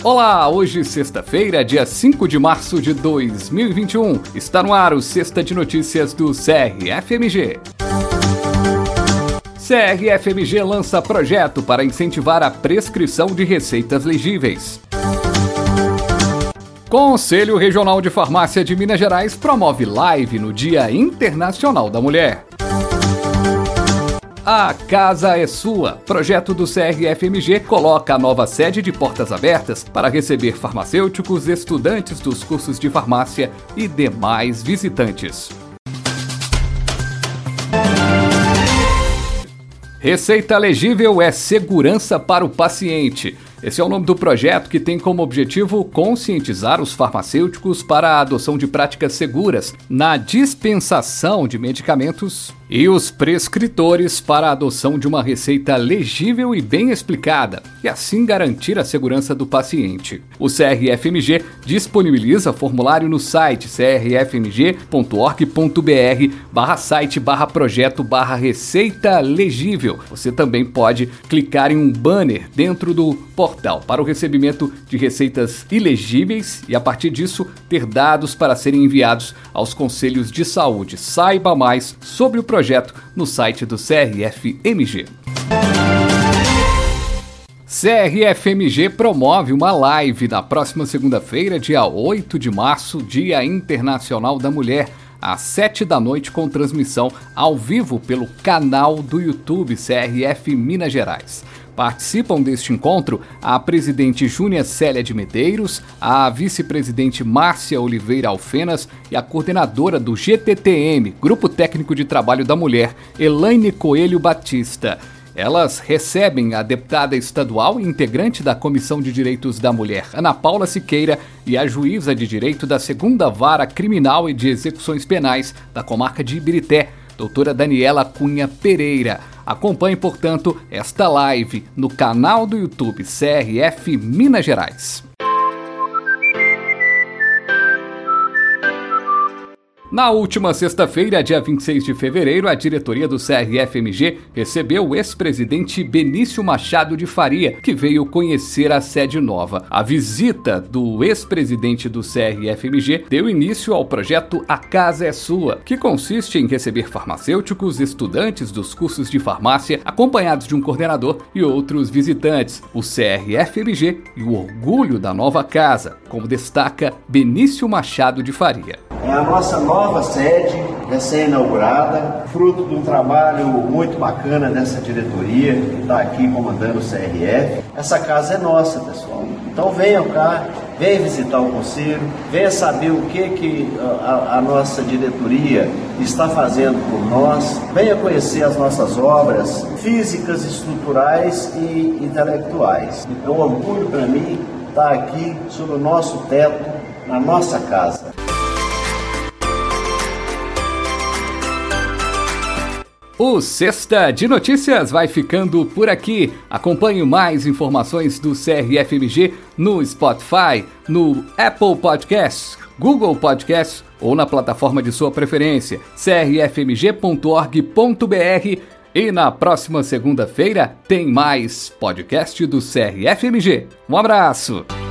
Olá, hoje sexta-feira, dia 5 de março de 2021. Está no ar o Sexta de Notícias do CRFMG. CRFMG lança projeto para incentivar a prescrição de receitas legíveis. Conselho Regional de Farmácia de Minas Gerais promove live no Dia Internacional da Mulher. A Casa é Sua. Projeto do CRFMG coloca a nova sede de portas abertas para receber farmacêuticos, estudantes dos cursos de farmácia e demais visitantes. Receita Legível é segurança para o paciente. Esse é o nome do projeto, que tem como objetivo conscientizar os farmacêuticos para a adoção de práticas seguras na dispensação de medicamentos e os prescritores para a adoção de uma receita legível e bem explicada, e assim garantir a segurança do paciente. O CRFMG disponibiliza formulário no site crfmg.org.br/site/projeto/receita legível. Você também pode clicar em um banner dentro do portal para o recebimento de receitas ilegíveis e, a partir disso, ter dados para serem enviados aos conselhos de saúde. Saiba mais sobre o projeto no site do CRFMG. CRFMG promove uma live na próxima segunda-feira, dia 8 de março, Dia Internacional da Mulher, às 7 da noite, com transmissão ao vivo pelo canal do YouTube CRF Minas Gerais. Participam deste encontro a presidente Júnia Célia de Medeiros, a vice-presidente Márcia Oliveira Alfenas e a coordenadora do GTTM, Grupo Técnico de Trabalho da Mulher, Elaine Coelho Batista. Elas recebem a deputada estadual e integrante da Comissão de Direitos da Mulher, Ana Paula Siqueira, e a juíza de direito da 2ª Vara Criminal e de Execuções Penais da comarca de Ibirité, doutora Daniela Cunha Pereira. Acompanhe, portanto, esta live no canal do YouTube CRF Minas Gerais. Na última sexta-feira, dia 26 de fevereiro, a diretoria do CRFMG recebeu o ex-presidente Benício Machado de Faria, que veio conhecer a sede nova. A visita do ex-presidente do CRFMG deu início ao projeto A Casa é Sua, que consiste em receber farmacêuticos, estudantes dos cursos de farmácia, acompanhados de um coordenador e outros visitantes. O CRFMG e o orgulho da nova casa, como destaca Benício Machado de Faria. É a nossa nova sede, recém-inaugurada, fruto de um trabalho muito bacana dessa diretoria que está aqui comandando o CRF. Essa casa é nossa, pessoal. Então venham cá, venham visitar o conselho, venham saber o que a nossa diretoria está fazendo por nós, venham conhecer as nossas obras físicas, estruturais e intelectuais. É um orgulho para mim estar aqui sob o nosso teto, na nossa casa. O Sexta de Notícias vai ficando por aqui. Acompanhe mais informações do CRFMG no Spotify, no Apple Podcasts, Google Podcasts ou na plataforma de sua preferência, crfmg.org.br. E na próxima segunda-feira tem mais podcast do CRFMG. Um abraço!